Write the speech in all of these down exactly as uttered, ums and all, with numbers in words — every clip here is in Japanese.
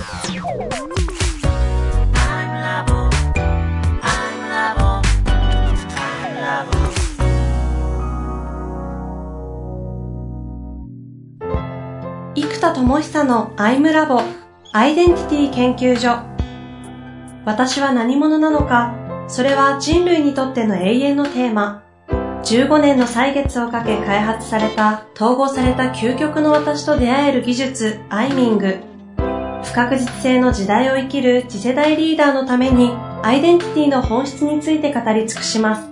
生田智久のアイムラボアイデンティティ研究所。私は何者なのか、それは人類にとっての永遠のテーマ。じゅうごねんの歳月をかけ開発された統合された究極の私と出会える技術アイミング。不確実性の時代を生きる次世代リーダーのためにアイデンティティの本質について語り尽くします。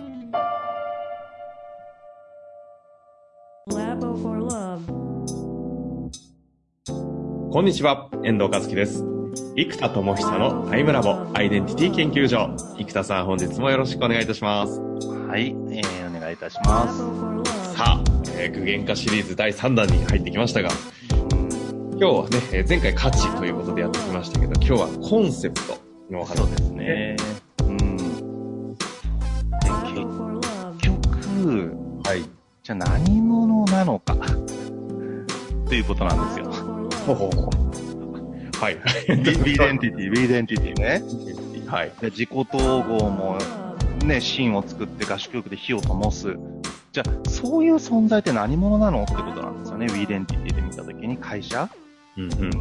こんにちは、遠藤和樹です。生田智久のアイムラボアイデンティティ研究所。生田さん、本日もよろしくお願いいたします。 はい、えー、お願いいたします。 さあ、えー、具現化シリーズだいさんだんに入ってきましたが、今日はね、えー、前回価値ということでやってきましたけど、今日はコンセプトのお話ですね。 うん。で、結局、はい、じゃあ何者なのかということなんですよ。 ほほほ。はい。 ビデンティティ、ビデンティティね。はい。で、自己統合も、ね、芯を作って合宿力で火を灯す。じゃあ、そういう存在って何者なのってことなんですよね。ビデンティティで見たときに会社、うんうん、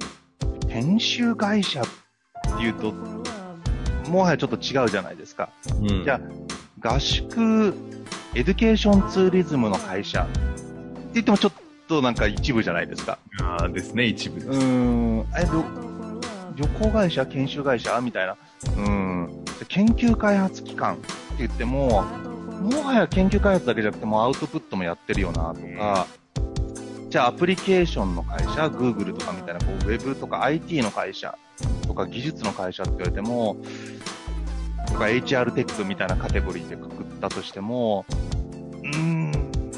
編集会社っていうと、もはやちょっと違うじゃないですか。うん、じゃあ、合宿、エデュケーションツーリズムの会社って言ってもちょっととなんか一部じゃないですか。 ああですね、一部です。うーん、え、旅行会社、研修会社みたいな。うーん、研究開発機関って言っても、もはや研究開発だけじゃなくてもアウトプットもやってるよなとか、じゃあアプリケーションの会社、Google とかみたいな、こう、ウェブとか アイティー の会社とか技術の会社って言われても、とか エイチアール テックみたいなカテゴリーでくくったとしても、うーん、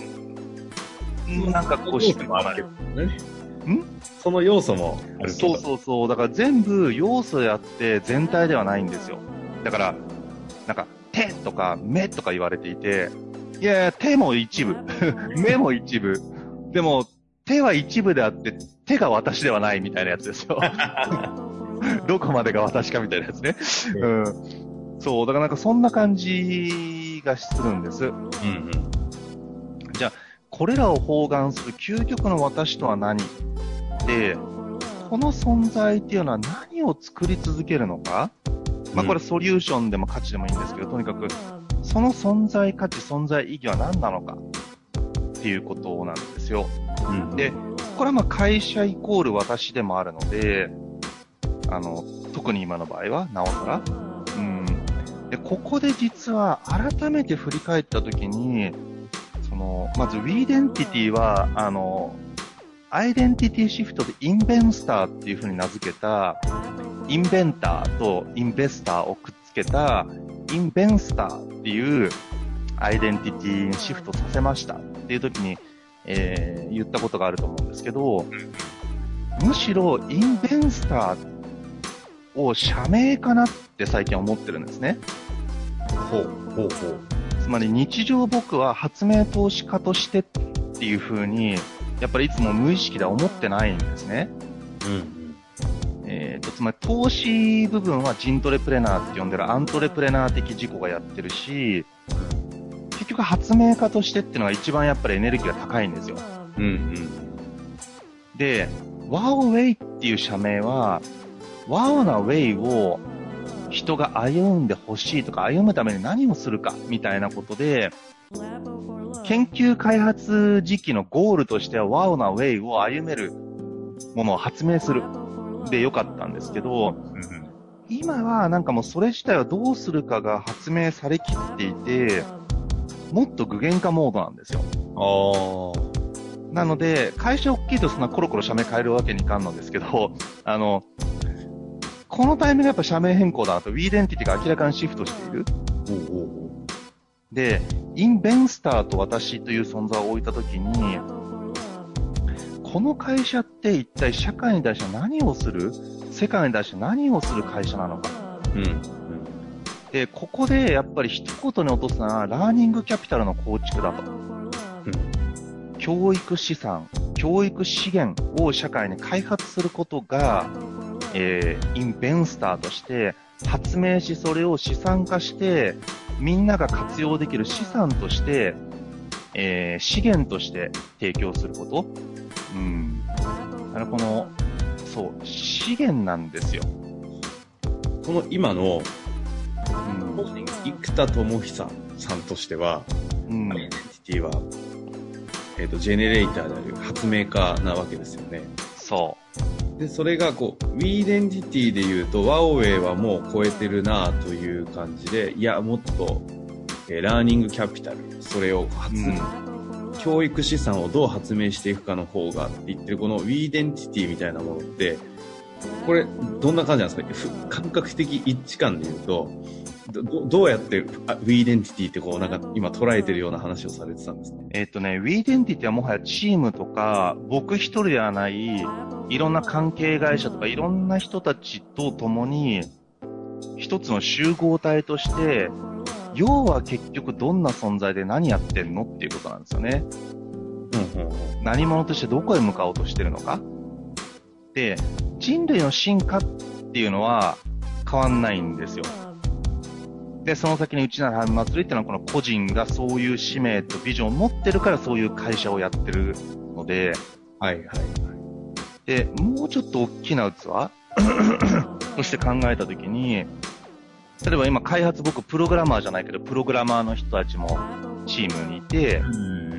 なんかこうしてもあるけどね。 んその要素もあるけど。 そうそうそう。だから全部要素であって全体ではないんですよ。だから、なんか手とか目とか言われていて、いやいや、手も一部。目も一部。でも、手は一部であって、手が私ではないみたいなやつですよ。どこまでが私かみたいなやつね。うん。そう。だからなんかそんな感じがするんです。うんうん。じゃあ、これらを包含する究極の私とは何で、この存在っていうのは何を作り続けるのか、まあこれソリューションでも価値でもいいんですけど、とにかくその存在価値、存在意義は何なのかっていうことなんですよ。うん、で、これはまあ会社イコール私でもあるので、あの、特に今の場合はなおさら。うん。で、ここで実は改めて振り返ったときに、そのまず、ウィーデンティティは、あの、アイデンティティシフトでインベンスターっていう風に名付けた、インベンターとインベスターをくっつけた、インベンスターっていうアイデンティティにシフトさせましたっていう時に、えー、言ったことがあると思うんですけど、むしろインベンスターを社名かなって最近思ってるんですね。 ほう、ほう、ほう。 つまり日常僕は発明投資家としてっていう風にやっぱりいつも無意識では思ってないんですね。うん。えっと、つまり投資部分はジントレプレナーって呼んでるアントレプレナー的自己がやってるし、結局発明家としてっていうのが一番やっぱりエネルギーが高いんですよ。うんうん。で、ワオウェイっていう社名は、ワオなウェイを人が歩んでほしいとか歩むために何をするかみたいなことで、研究開発時期のゴールとしてはワオなウェイを歩めるものを発明するでよかったんですけど、うん、今はなんかもうそれ自体はどうするかが発明されきっていて、もっと具現化モードなんですよ。あなので会社大きいとそんなコロコロ社名変えるわけにいかんのですけど、あのこのタイミングやっぱ社名変更だと、ウィーデンティティが明らかにシフトしている。おうおうで、インベンスターと私という存在を置いたときに、この会社って一体社会に対して何をする、世界に対して何をする会社なのか。うんうん、で、ここでやっぱり一言に落とすのは、ラーニングキャピタルの構築だと。うん、教育資産、教育資源を社会に開発することが、 えー、インベンスターとして発明し、それを資産化して、みんなが活用できる資産として、えー、資源として提供すること。うん。だからこの、そう、資源なんですよ。 この今の、 うん、 生田智久さんとしては、うん、アイデンティティは、えっと、ジェネレーターである発明家なわけですよね。 そう。 で、それがこう、ウィーデンティティで言うと、ワオウェイはもう超えてるなという感じで、いや、もっと、えー、ラーニングキャピタル、それを発明、うん、教育資産をどう発明していくかの方がって言ってる、このウィーデンティティみたいなものって、これ、どんな感じなんですか？感覚的一致感で言うと、ど, どうやってウィーデンティティってこうなんか今捉えてるような話をされてたんですね。 えっとね、ウィーデンティティはもはやチームとか、僕一人ではない、いろんな関係会社とかいろんな人たちと共に、一つの集合体として、要は結局どんな存在で何やってんのっていうことなんですよね。うんうん、何者としてどこへ向かおうとしてるのか。で、人類の進化っていうのは変わんないんですよ。で、その先にうちなら春祭りっていうのはこの個人がそういう使命とビジョンを持ってるからそういう会社をやってるので、はいはいはい。で、もうちょっと大きな器として考えたときに、例えば今開発僕プログラマーじゃないけど、プログラマーの人たちもチームにいて、うん、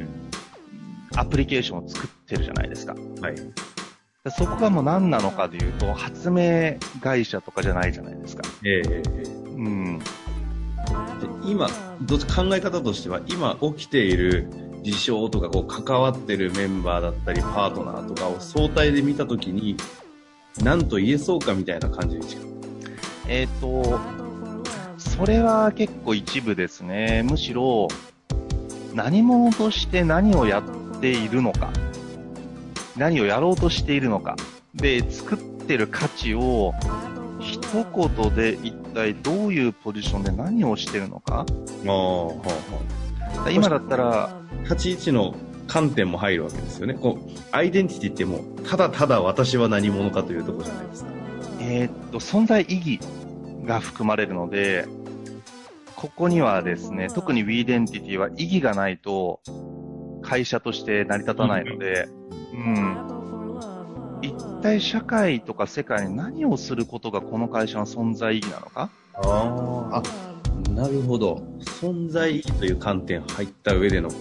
アプリケーションを作ってるじゃないですか。はい。そこがもう何なのかでいうと、発明会社とかじゃないじゃないですか。ええええ。うん。 で今どっち考え方としては今起きている事象とかこう関わってるメンバーだったりパートナーとかを相対で見たときに何と言えそうかみたいな感じに近い。 えっとそれは結構一部ですね。むしろ何者として何をやっているのか、何をやろうとしているのかで作ってる価値を一言で一体どういうポジションで何をしてるのか。ああ、今だったら立ち位置の観点も入るわけですよね。こうアイデンティティってもうただただ私は何者かというところじゃないですか。 えー、っと存在意義が含まれるので、ここにはですね、特にウィーデンティティは意義がないと会社として成り立たないので、うん。うん一体社会とか世界に何をすることがこの会社の存在意義なのか。 ああ、なるほど。存在意義という観点入った上でのこ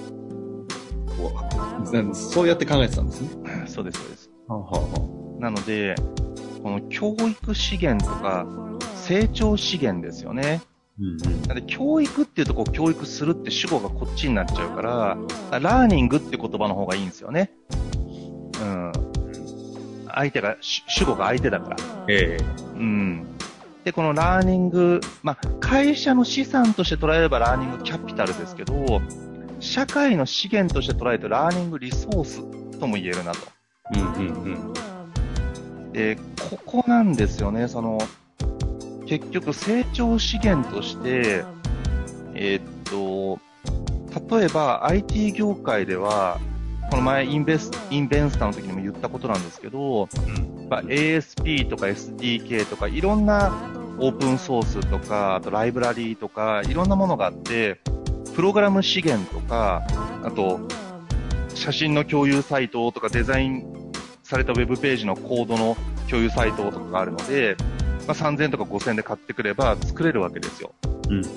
うそうやって考えてたんですね。 そうですそうです。はあはあ、なのでこの教育資源とか成長資源ですよね。うんうん、なので教育っていうとこう教育するって主語がこっちになっちゃうから、ラーニングって言葉の方がいいんですよね。うん。相手が、主語が相手だから。ええー。うん。で、このラーニング、まあ、会社の資産として捉えればラーニングキャピタルですけど、社会の資源として捉えるとラーニングリソースとも言えるなと。うんうんうん。で、ここなんですよね。その、結局成長資源として、えー、っと、例えば アイティー 業界では、この前インベス、インベンスターの時にも言ったことなんですけど、うんまあ、エーエスピー とか エスディーケー とかいろんなオープンソースとか、あとライブラリーとかいろんなものがあって、プログラム資源とか、あと写真の共有サイトとかデザインされたウェブページのコードの共有サイトとかがあるので、まあ、さんぜんえんとかごせんえんで買ってくれば作れるわけですよ。うんうん、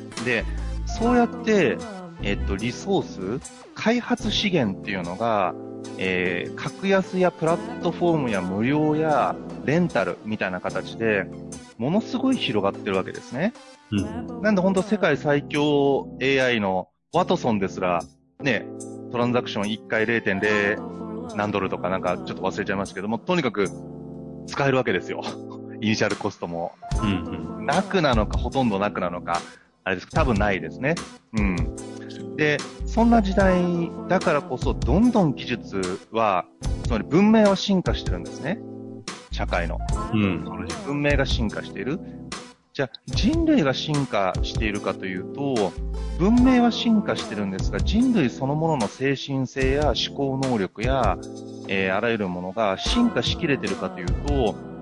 で、そうやって、えっと、リソース、開発資源っていうのが、えー、格安やプラットフォームや無料やレンタルみたいな形で、ものすごい広がってるわけですね。うん、なんで本当世界最強 エーアイ のワトソンですら、ね、トランザクションいっかい れいてんゼロ 何ドルとかなんかちょっと忘れちゃいましたけども、とにかく使えるわけですよ。イニシャルコストも。うんうん、なくなのかほとんどなくなのか、あれですか、多分ないですね。うん。で、そんな時代だからこそ、どんどん技術は、つまり文明は進化してるんですね。社会の。うん。文明が進化している。じゃあ、人類が進化しているかというと、文明は進化してるんですが、人類そのものの精神性や思考能力や、えー、あらゆるものが進化しきれてるかというと、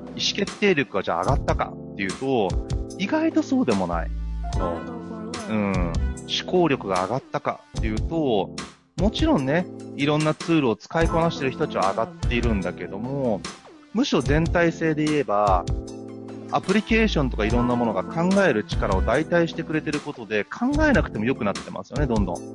思決定力がじゃあ上がったかっていうと、意外とそうでもない。うん。思考力が上がったかっていうと、もちろんね、いろんなツールを使いこなしてる人たちは上がっているんだけども、むしろ全体性で言えば、アプリケーションとかいろんなものが考える力を代替してくれてることで、考えなくても良くなってますよね、どんどん。うん、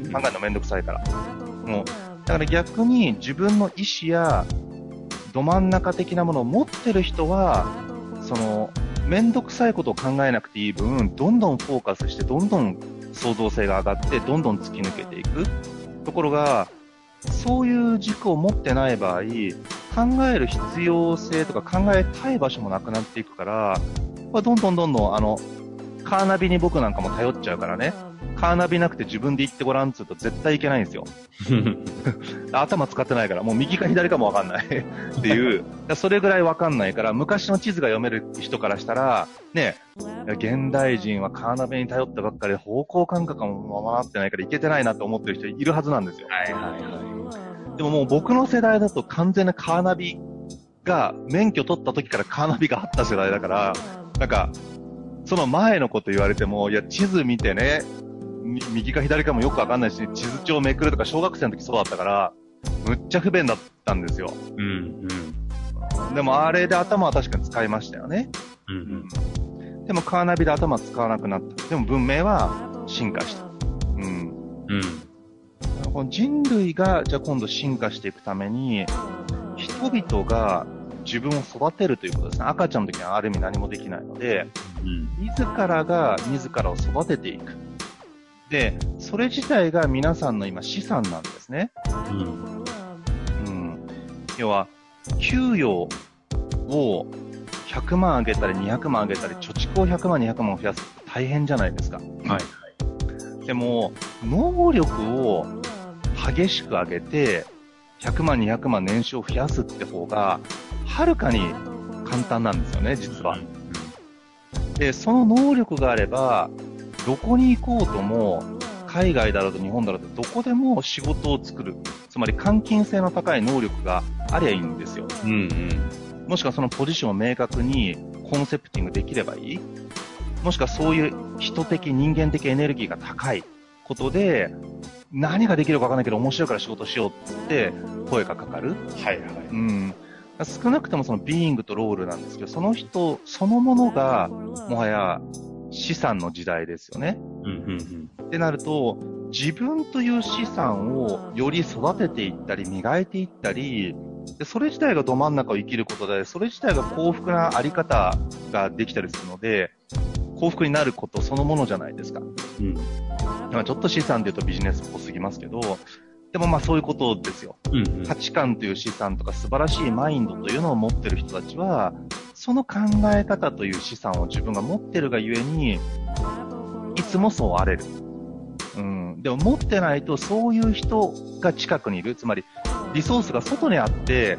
考えるのめんどくさいから。もう、だから逆に自分の意思やど真ん中的なものを持ってる人は、その、めんどくさいことを考えなくていい分、どんどんフォーカスして、どんどん創造性が上がって、どんどん突き抜けていく。ところが、そういう軸を持ってない場合、考える必要性とか考えたい場所もなくなっていくから、まあ、どんどんどんどんあの、カーナビに僕なんかも頼っちゃうからね、カーナビなくて自分で行ってごらんっつうと絶対行けないんですよ。頭使ってないから、もう右か左かもわかんないっていう、それぐらいわかんないから、昔の地図が読める人からしたら、ね、現代人はカーナビに頼ってばっかりで方向感覚もままなってないから行けてないなって思ってる人いるはずなんですよ。はいはいはい。でももう僕の世代だと完全なカーナビが、免許取った時からカーナビがあった世代だから、なんか、その前のこと言われても、いや、地図見てね、右か左かもよくわかんないし、地図帳めくるとか小学生の時そうだったから、むっちゃ不便だったんですよ。うんうん。でもあれで頭は確かに使いましたよね。うんうん。でもカーナビで頭使わなくなった。でも文明は進化した。うん。うん。この人類がじゃあ今度進化していくために、人々が自分を育てるということですね。赤ちゃんの時にはある意味何もできないので、うん、自らが自らを育てていく。で、それ自体が皆さんの今資産なんですね。うん。うん。要は、給与をひゃくまん上げたりにひゃくまん上げたり、貯蓄をひゃくまんにひゃくまん増やすって大変じゃないですか。はい。でも、能力を激しく上げて、ひゃくまんにひゃくまん年収を増やすって方が、はるかに簡単なんですよね、実は。で、その能力があれば、どこに行こうとも、海外だろうと日本だろうとどこでも仕事を作る。つまり換金性の高い能力がありゃいいんですよ。うんうん。もしくはそのポジションを明確にコンセプティングできればいい。もしくはそういう人的、人間的エネルギーが高いことで、何ができるかわかんないけど面白いから仕事しようって言って声がかかる。はいはい。うん。少なくともそのビーイングとロールなんですけど、その人そのものがもはや資産の時代ですよね。うんうんうん。ってなると、自分という資産をより育てていったり磨いていったり、でそれ自体がど真ん中を生きることで、それ自体が幸福なあり方ができたりするので、幸福になることそのものじゃないですか。うん。まあちょっと資産で言うとビジネスっぽすぎますけど、でもまあそういうことですよ。うんうん、価値観という資産とか素晴らしいマインドというのを持ってる人たちは、その考え方という資産を自分が持ってるがゆえに、いつもそうあれる。うん。でも持ってないとそういう人が近くにいる。つまりリソースが外にあって、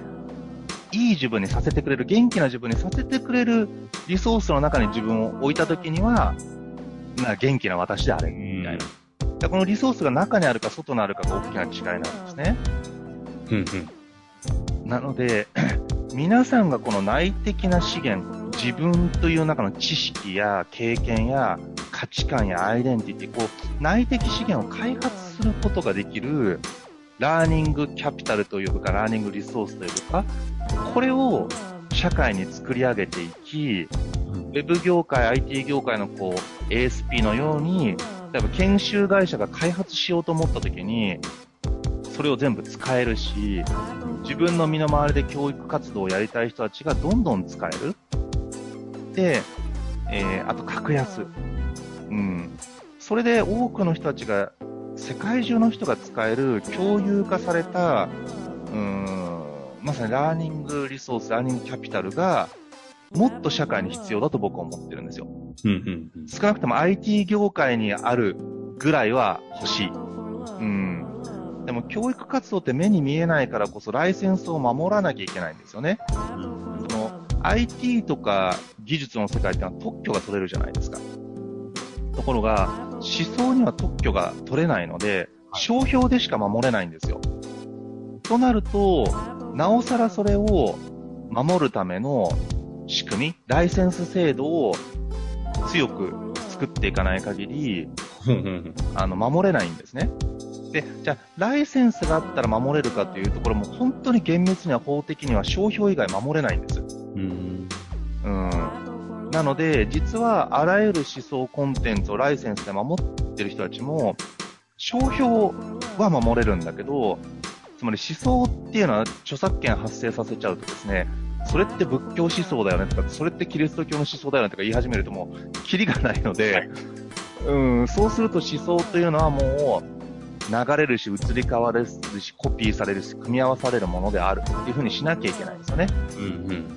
いい自分にさせてくれる、元気な自分にさせてくれるリソースの中に自分を置いたときには、な元気な私であれ、みたいな。このリソースが中にあるか外にあるかが大きな違いなんですね。うんうん、なので、皆さんがこの内的な資源、自分という中の知識や経験や価値観やアイデンティティ、こう内的資源を開発することができるラーニングキャピタルというか、ラーニングリソースというか、これを社会に作り上げていき、ウェブ業界、アイティー 業界のこう エーエスピー のように、例えば研修会社が開発しようと思ったときに、それを全部使えるし、自分の身の回りで教育活動をやりたい人たちがどんどん使える。で、えー、あと格安。うん。それで多くの人たちが、世界中の人が使える共有化された、うーん、まさにラーニングリソース、ラーニングキャピタルが、もっと社会に必要だと僕は思ってるんですよ。うんうんうん、少なくとも アイティー 業界にあるぐらいは欲しい。うん。でも教育活動って目に見えないからこそライセンスを守らなきゃいけないんですよね。うん、その アイティー とか技術の世界ってのは特許が取れるじゃないですか。ところが思想には特許が取れないので、商標でしか守れないんですよ。となると、なおさらそれを守るための仕組み、ライセンス制度を強く作っていかない限り、あの、守れないんですね。で、じゃあ、ライセンスがあったら守れるかというところも、本当に厳密には法的には商標以外守れないんです。うん。うん。なので、実はあらゆる思想コンテンツをライセンスで守ってる人たちも、商標は守れるんだけど、つまり思想っていうのは著作権発生させちゃうとですね、それって仏教思想だよねとか、それってキリスト教の思想だよねとか言い始めるともう、キリがないので、はい、うん、そうすると思想というのはもう、流れるし、移り変わるし、コピーされるし、組み合わされるものであるっていう風にしなきゃいけないんですよね。うんうん。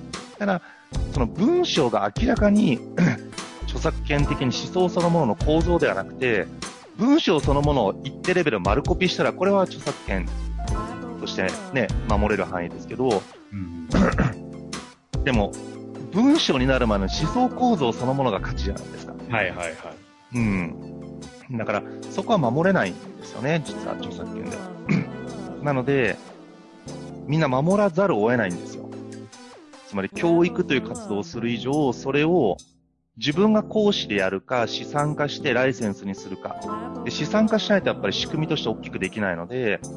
だから、その文章が明らかに著作権的に思想そのものの構造ではなくて、文章そのものを一定レベル丸コピーしたら、これは著作権としてね、守れる範囲ですけど、うん、でも、文章になる前の思想構造そのものが価値じゃないですか。 はいはいはい。 うん。だから、そこは守れないんですよね、実は著作権では。なので、みんな守らざるを得ないんですよ。つまり、教育という活動をする以上、それを自分が講師でやるか、資産化してライセンスにするか。で、資産化しないとやっぱり仕組みとして大きくできないので、うん、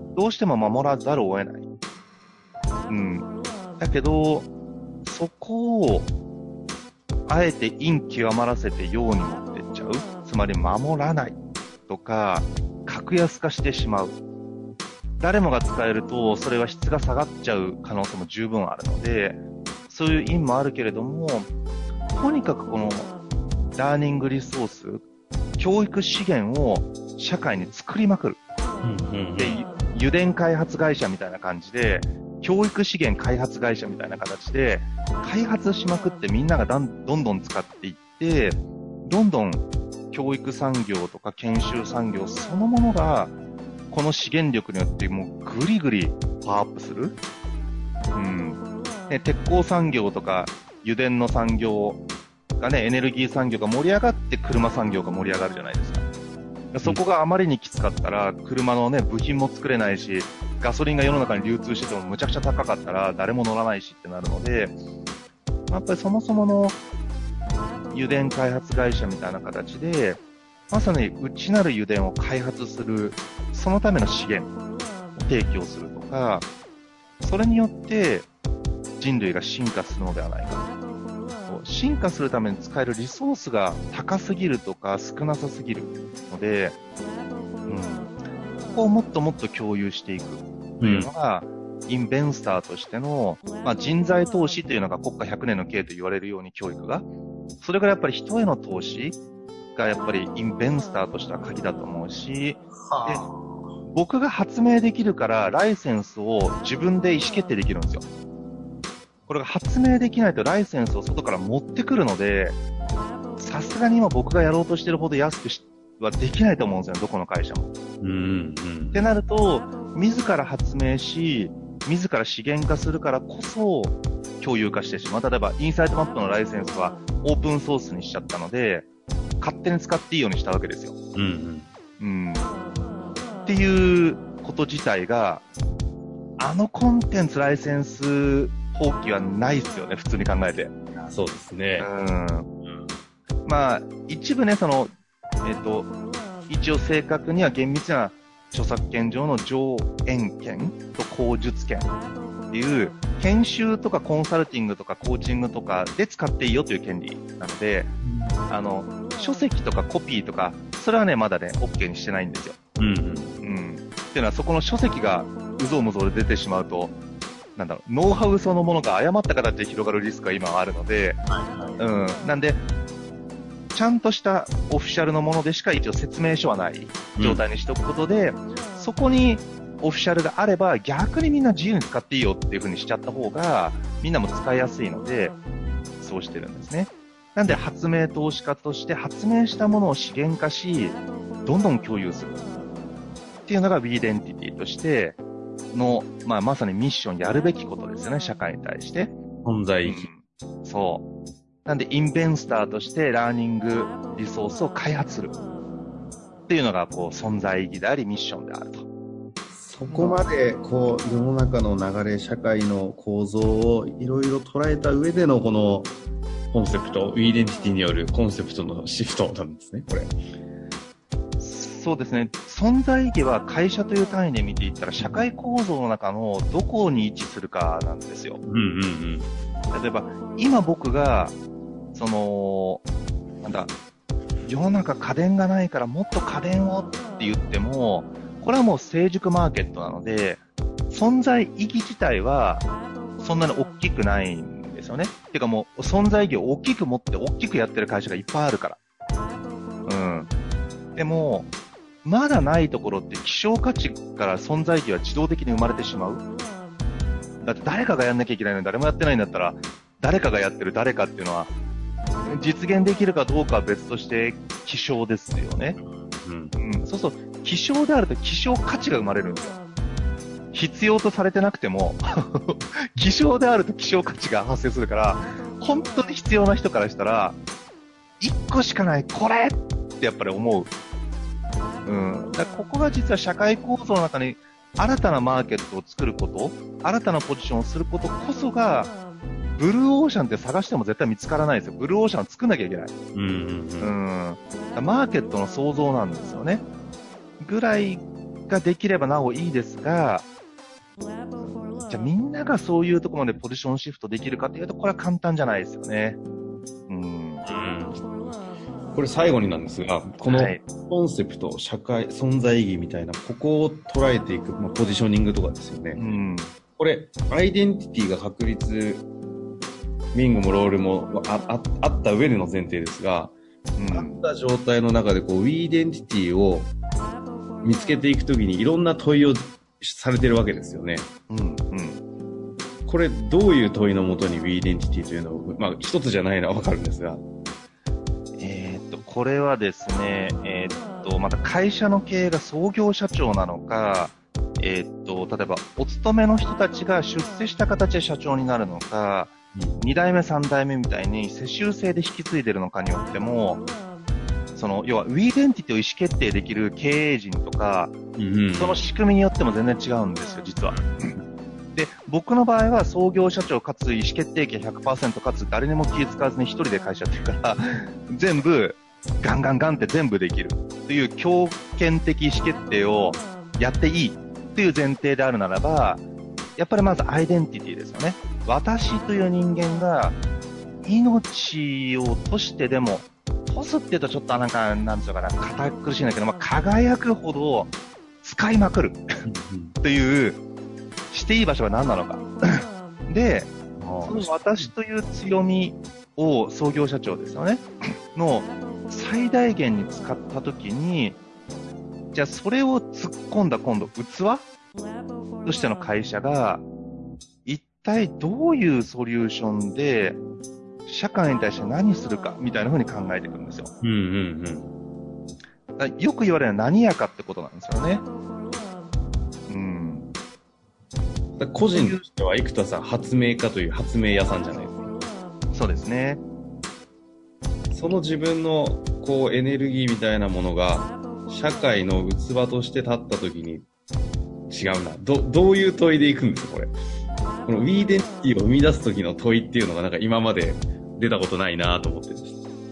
どうしても守らざるを得ない。うん。だけど、そこを、あえて陰極まらせて陽に持ってっちゃう。つまり守らないとか、格安化してしまう。誰もが使えると、それは質が下がっちゃう可能性も十分あるので、そういう意味もあるけれども、とにかくこのラーニングリソース、教育資源を社会に作りまくる。うんうんうん、で、油田開発会社みたいな感じで、教育資源開発会社みたいな形で、開発しまくってみんながどんどん使っていって、どんどん教育産業とか研修産業そのものが、この資源力によってもうぐりぐりパワーアップする。うん。で、鉄鋼産業とか油田の産業がね、エネルギー産業が盛り上がって車産業が盛り上がるじゃないですか。そこがあまりにきつかったら、車のね、部品も作れないし、ガソリンが世の中に流通しててもむちゃくちゃ高かったら誰も乗らないしってなるので、やっぱりそもそもの油田開発会社みたいな形で、まさに内なる油田を開発する、そのための資源を提供するとか、それによって人類が進化するのではないか。進化するために使えるリソースが高すぎるとか少なさすぎるので、うん、ここをもっともっと共有していくというのが、うん、インベンスターとしての、まあ、人材投資というのが国家ひゃくねんの経営と言われるように教育が、それからやっぱり人への投資がやっぱりインベンスターとしては鍵だと思うし、はあ、で僕が発明できるからライセンスを自分で意思決定できるんですよ。これが発明できないとライセンスを外から持ってくるので、さすがに今僕がやろうとしてるほど安くしはできないと思うんですよ、どこの会社も。うん、うん。ってなると、自ら発明し、自ら資源化するからこそ共有化してしまう。例えば、インサイトマップのライセンスはオープンソースにしちゃったので、勝手に使っていいようにしたわけですよ。うん、うん。うん。っていうこと自体が、あのコンテンツライセンス放棄はないですよね、普通に考えて。 そうですね。 うん。まあ、一部ね、その、えっと、一応正確には厳密な著作権上の上演権と口述権っていう、研修とかコンサルティングとかコーチングとかで使っていいよという権利なので、あの、書籍とかコピーとか、それはね、まだね、OK にしてないんですよ。うん。うん。っていうのは、そこの書籍がうぞうむぞうで出てしまうと、なんだろう、ノウハウそのものが誤った形で広がるリスクが今はあるので、はいはい、うん。なんで、ちゃんとしたオフィシャルのものでしか一応説明書はない状態にしておくことで、うん、そこにオフィシャルがあれば逆にみんな自由に使っていいよっていう風にしちゃった方がみんなも使いやすいので、そうしてるんですね。なんで発明投資家として発明したものを資源化し、どんどん共有するっていうのが We Identity としての、まあ、まさにミッションやるべきことですよね、社会に対して。 存在意義。 うん、そう。なんで、インベンスターとしてラーニングリソースを開発するっていうのが、こう、存在意義であり、ミッションであると。 そこまでこう世の中の流れ、社会の構造をいろいろ捉えた上でのこのコンセプト、ウィーデンティティによるコンセプトのシフトなんですね、これ。 そうですね。存在意義は会社という単位で見ていったら社会構造の中のどこに位置するかなんですよ。 うんうんうん。 例えば今僕がそのなんだ世の中家電がないからもっと家電をって言っても、これはもう成熟マーケットなので、存在意義自体はそんなに大きくないんですよね。っていうかもう存在意義を大きく持って大きくやってる会社がいっぱいあるから。うん。でも、まだないところって希少価値から存在意義は自動的に生まれてしまう。だって誰かがやんなきゃいけないのに誰もやってないんだったら、誰かがやってる誰かっていうのは、実現できるかどうかは別として希少ですよね。うん。うん、そうそう。希少であると希少価値が生まれるんですよ。必要とされてなくても、希少であると希少価値が発生するから、本当に必要な人からしたら、一個しかない、これってやっぱり思う。うん。だからここが実は社会構造の中に新たなマーケットを作ること、新たなポジションをすることこそが、ブルーオーシャンって探しても絶対見つからないですよ。ブルーオーシャンを作んなきゃいけない。うんうんうん。うん。マーケットの創造なんですよね。ぐらいができればなおいいですが、じゃあみんながそういうところまでポジションシフトできるかというと、これは簡単じゃないですよね。うん。うん、 これ最後になんですが、このコンセプト、社会、存在意義みたいな、ここを捉えていく、まあ、ポジショニングとかですよね。うん、これ、アイデンティティが確立、ミングもロールも あ, あ, あった上での前提ですが、うん、あった状態の中でこう、ウィーデンティティを見つけていくときにいろんな問いをされてるわけですよね。うんうん、これどういう問いのもとにウィーデンティティというのを、まあ一つじゃないのはわかるんですが、 えー、っとこれはですね、えー、っとまた会社の経営が創業社長なのか、えー、っと例えばお勤めの人たちが出世した形で社長になるのか、に代目さん代目みたいに世襲制で引き継いでるのかによっても、その要はウィーデンティティを意思決定できる経営陣とか、うんうん、その仕組みによっても全然違うんですよ、実は。で、僕の場合は創業社長かつ意思決定権 ひゃくパーセント かつ誰にも気使わずに一人で会社やってるから全部ガンガンガンって全部できるという強権的意思決定をやっていいという前提であるならば、やっぱりまずアイデンティティですよね。私という人間が命を賭してでも、賭すって言うとちょっとなんか、なんていうかな、堅苦しいんだけど、まあ、輝くほど使いまくるという、していい場所は何なのか。で、その私という強みを創業社長ですよね。の最大限に使ったときに、じゃあそれを突っ込んだ今度器としての会社が、一体どういうソリューションで、社会に対して何するかみたいな風に考えていくんですよ。うんうんうん、よく言われるのは何やかってことなんですよね。うん、 個人としては生田さん発明家という発明屋さんじゃないですか。 そうですね。 その自分のこうエネルギーみたいなものが社会の器として立った時に違うな。どどういう問いでいくんですかこれ。このウィーデンティティを生み出す時の問いっていうのがなんか今まで出たことないなと思ってる。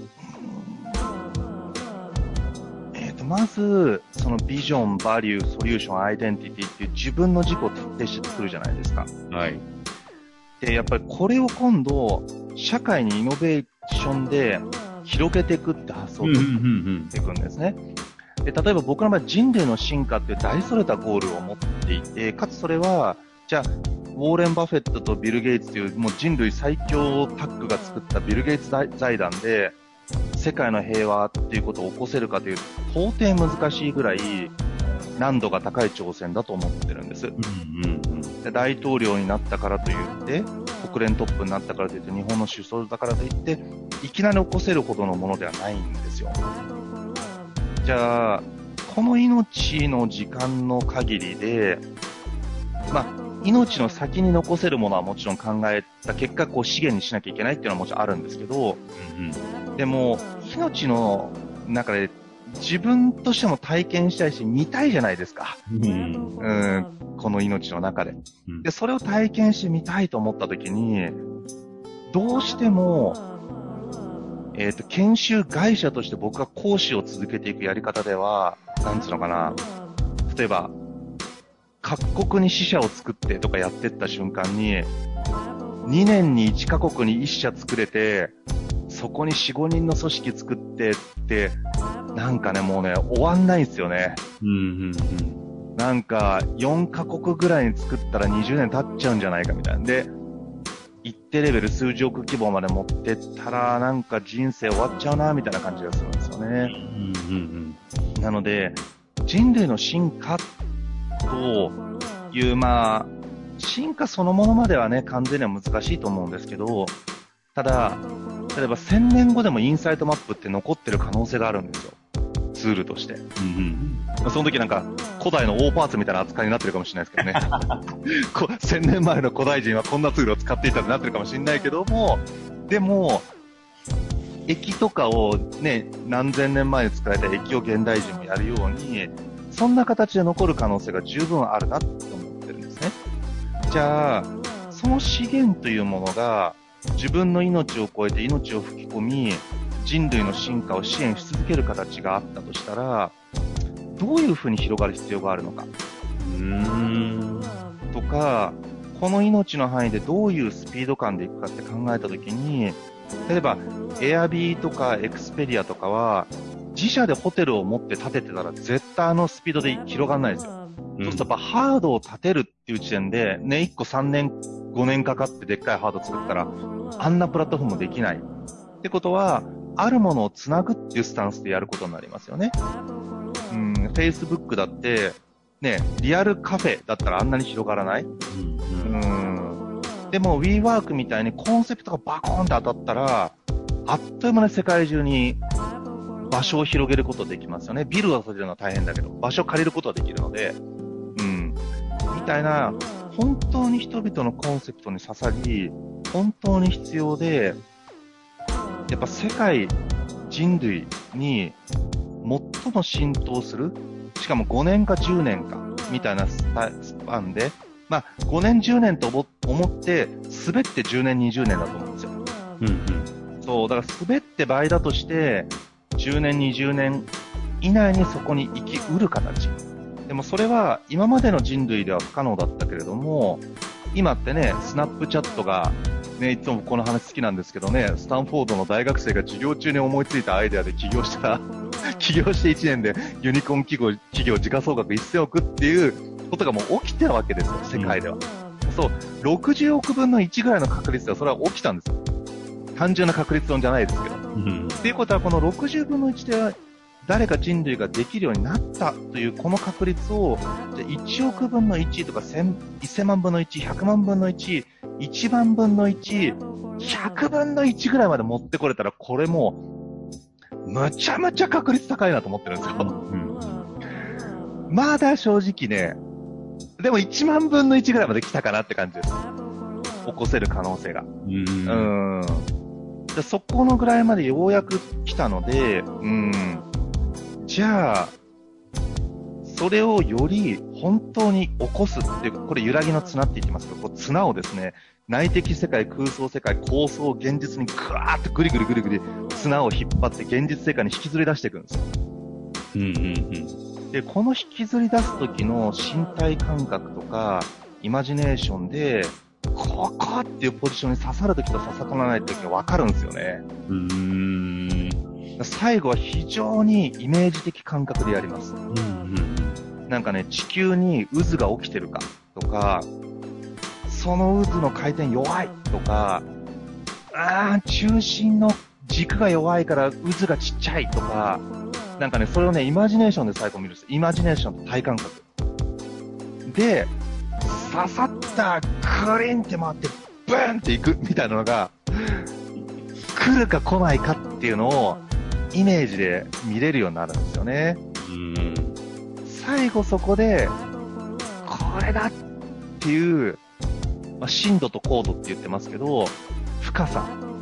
えっと、まず、そのビジョン、バリュー、ソリューション、アイデンティティっていう自分の軸を徹底して作るじゃないですか。はい。で、やっぱりこれを今度、社会にイノベーションで広げていくって発想を取っていくんですね。で、例えば僕の場合、人類の進化っていう大それたゴールを持っていて、かつそれは、じゃあ、ウォーレン・バフェットとビル・ゲイツというもう人類最強タッグが作ったビル・ゲイツ財団で世界の平和っていうことを起こせるかという到底難しいぐらい難度が高い挑戦だと思ってるんです、うんうんうん、で大統領になったからといって国連トップになったからといって日本の首相だからといっていきなり起こせるほどのものではないんですよ。じゃあこの命の時間の限りでまあ命の先に残せるものはもちろん考えた結果こう資源にしなきゃいけないっていうのはもちろんあるんですけど、うんうん、でも命の中で自分としても体験したいし、見たいじゃないですか。 うん。 うん、この命の中で。 うんで、それを体験してみたいと思ったときに、どうしても、えっと、研修会社として僕が講師を続けていくやり方では、なんつうのかな。例えば、各国に支社を作ってとかやってった瞬間に、にねんにいちカ国にいっ社作れて、そこによん、ごにんの組織作ってって、なんかね、もうね、終わんないんですよね。 うんうんなんか、よんカ国ぐらいに作ったらにじゅうねん経っちゃうんじゃないかみたいな。で、一定レベル数十億規模まで持ってったら、なんか人生終わっちゃうな、みたいな感じがするんですよね。 うんうんなので、人類の進化という、まあ、進化そのものまではね、完全には難しいと思うんですけど、ただ、例えばせんねんごでもインサイトマップって残ってる可能性があるんですよ。ツールとして。 うんうん。 その時なんか、古代の大パーツみたいな扱いになってるかもしれないですけどね。こせんねんまえの古代人はこんなツールを使っていたってなってるかもしれないけども、でも、駅とかをね、何千年前に作られた駅を現代人もやるように、そんな形で残る可能性が十分あるなと思ってるんですね。じゃあ、その資源というものが、自分の命を超えて命を吹き込み、人類の進化を支援し続ける形があったとしたら、どういうふうに広がる必要があるのか。 うーん。 とか、この命の範囲でどういうスピード感でいくかって考えたときに、例えば、エアビーとかエクスペリアとかは、自社でホテルを持って建ててたら絶対あのスピードで広がらないですよ。そうするとやっぱハードを建てるっていう時点で、ね、いっこさんねん、ごねんかかってでっかいハード作ったら、あんなプラットフォームできない。ってことは、あるものをつなぐっていうスタンスでやることになりますよね。うん、Facebook だって、ね、リアルカフェだったらあんなに広がらない。うん、でも WeWork みたいにコンセプトがバコーンって当たったら、あっという間に世界中に場所を広げることできますよね。ビルを建てるのは大変だけど、場所を借りることはできるので、うん、みたいな、本当に人々のコンセプトに刺さり、本当に必要で、やっぱ世界、人類に最も浸透する、しかもごねんかじゅうねんか、みたいなスパンで、まあごねんじゅうねんと思って、滑ってじゅうねんにじゅうねんだと思うんですよ。 うんうん、 そう、だから滑って倍だとして、じゅうねんにじゅうねん以内にそこに生きうる形。でもそれは今までの人類では不可能だったけれども、今ってね、スナップチャットが、ね、いつもこの話好きなんですけどね、スタンフォードの大学生が授業中に思いついたアイデアで起業したら、起業していちねんでユニコーン企業、企業時価総額せんおくっていうことがもう起きてるわけですよ、世界では。うん、そう、ろくじゅうおくぶんのいちぐらいの確率ではそれは起きたんですよ。単純な確率論じゃないですけど。 うん、 っていうことはこのろくじゅうぶんのいちで誰か人類ができるようになったというこの確率を、じゃいちおくぶんのいちとかせんまんぶんのいち、ひゃくまんぶんのいち、いちまんぶんのいち、ひゃくぶんのいちぐらいまで持ってこれたら、これもう、むちゃむちゃ確率高いなと思ってるんですよ。うん、まだ正直ね、でもいちまんぶんのいちぐらいまで来たかなって感じです。起こせる可能性が。うん。うんでそこのぐらいまでようやく来たので、うん。じゃあ、それをより本当に起こすっていうか、これ揺らぎの綱って言ってますけど、こう綱をですね、内的世界、空想世界、構想、現実にぐわーっとぐりぐりぐりぐり綱を引っ張って現実世界に引きずり出していくんですよ。 うんうんうん、 で、この引きずり出す時の身体感覚とか、イマジネーションで、ここっていうポジションに刺さるときと刺さらないときが分かるんですよね。 うーん最後は非常にイメージ的感覚でやります。 うんうん、 なんかね、地球に渦が起きてるかとか、その渦の回転弱いとか、あー中心の軸が弱いから渦がちっちゃいとか、なんかね、それをね、イマジネーションで最後見るんです。イマジネーションと体感覚。で、刺さったクリンって回ってブーンっていくみたいなのが来るか来ないかっていうのをイメージで見れるようになるんですよね。 うん、 最後そこでこれだっていう、まあ、深度と高度って言ってますけど深さ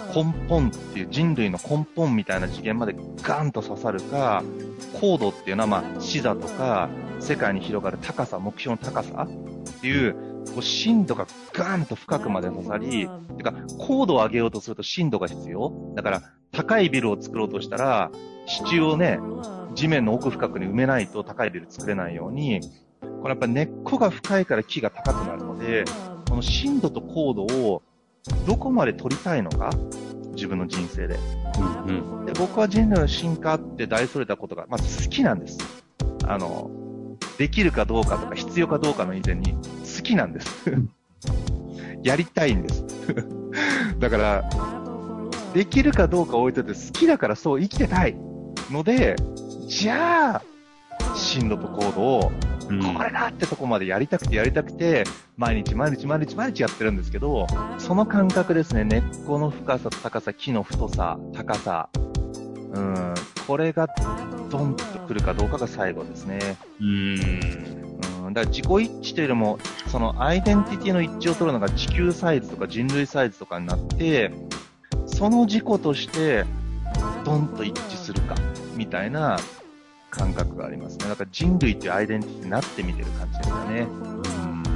根本っていう人類の根本みたいな次元までガンと刺さるか、高度っていうのはまあ視座とか世界に広がる高さ、目標の高さっていう、こう深度がガンと深くまで刺さり、てか高度を上げようとすると深度が必要。だから高いビルを作ろうとしたら支柱をね、地面の奥深くに埋めないと高いビル作れないように、これやっぱ根っこが深いから木が高くなるので、この深度と高度をどこまで取りたいのか、自分の人生で。うんうん、で僕は人類の進化って大それたことが、まず好きなんです。あの、できるかどうかとか必要かどうかの以前に好きなんです。やりたいんです。だから、できるかどうか置いといて好きだからそう生きてたいので、じゃあ、深度と高度を、これだってとこまでやりたくてやりたくて、毎日毎日毎日毎日やってるんですけど、その感覚ですね、根っこの深さと高さ、木の太さ、高さ、うん、これがドンとくるかどうかが最後ですね。うーん、うん、だから自己一致というよりも、そのアイデンティティの一致を取るのが地球サイズとか人類サイズとかになって、その自己としてドンと一致するか、みたいな感覚がありますね。だから人類っていうアイデンティティになってみてる感じですかね。うん。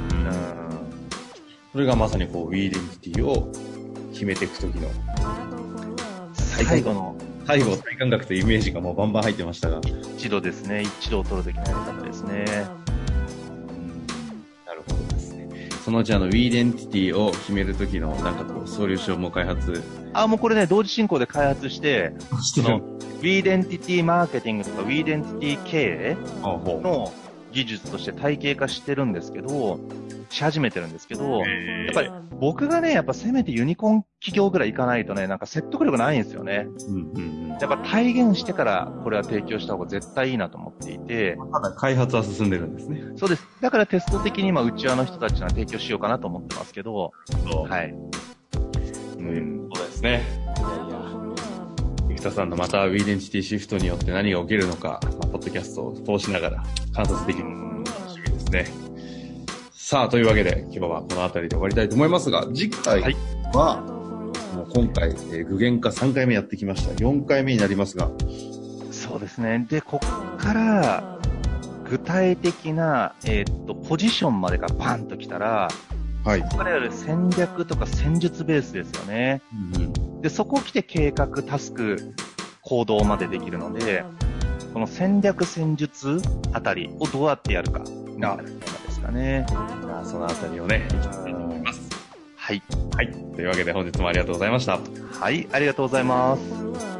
それがまさにこう、ウィーデンティティを決めていくときの最後の、 最後、体感覚とイメージがもうバンバン入ってましたが。 一度ですね、一度を取るときのやり方ですね。 なるほどですね。そのうちあの、ウィーデンティティを決めるときのなんかこう、ソリューションも開発。 あ、もうこれね、同時進行で開発して、その、ウィーデンティティマーケティングとかウィーデンティティ経営の技術として体系化してるんですけど、し始めてるんですけど、やっぱり僕がね、やっぱせめてユニコーン企業ぐらいいかないとね、なんか説得力ないんですよね。うんうんうん、やっぱ体現してからこれは提供した方が絶対いいなと思っていて。 まだ開発は進んでるんですね。 そうです。だからテスト的に今、うちわの人たちには提供しようかなと思ってますけど、はい。 うん、そうですね。いやいや。生田さんのまたウィーデンティティシフトによって何が起きるのか、まあ、ポッドキャストを通しながら観察できるのが楽しみですね。さあ、というわけで、今日はこの辺りで終わりたいと思いますが、次回は、はい、もう今回、えー、具現化さんかいめやってきました。よんかいめになりますが。 そうですね。で、こっから、具体的な、えー、っと、ポジションまでがバンときたら、はい。そこからやる戦略とか戦術ベースですよね。うんうん、で、そこを来て計画、タスク、行動までできるので、この戦略、戦術あたりをどうやってやるか、が、ですかね。 そのあたりをね、いきたいと思います。 はい。 はい。というわけで本日もありがとうございました。 はい、ありがとうございます。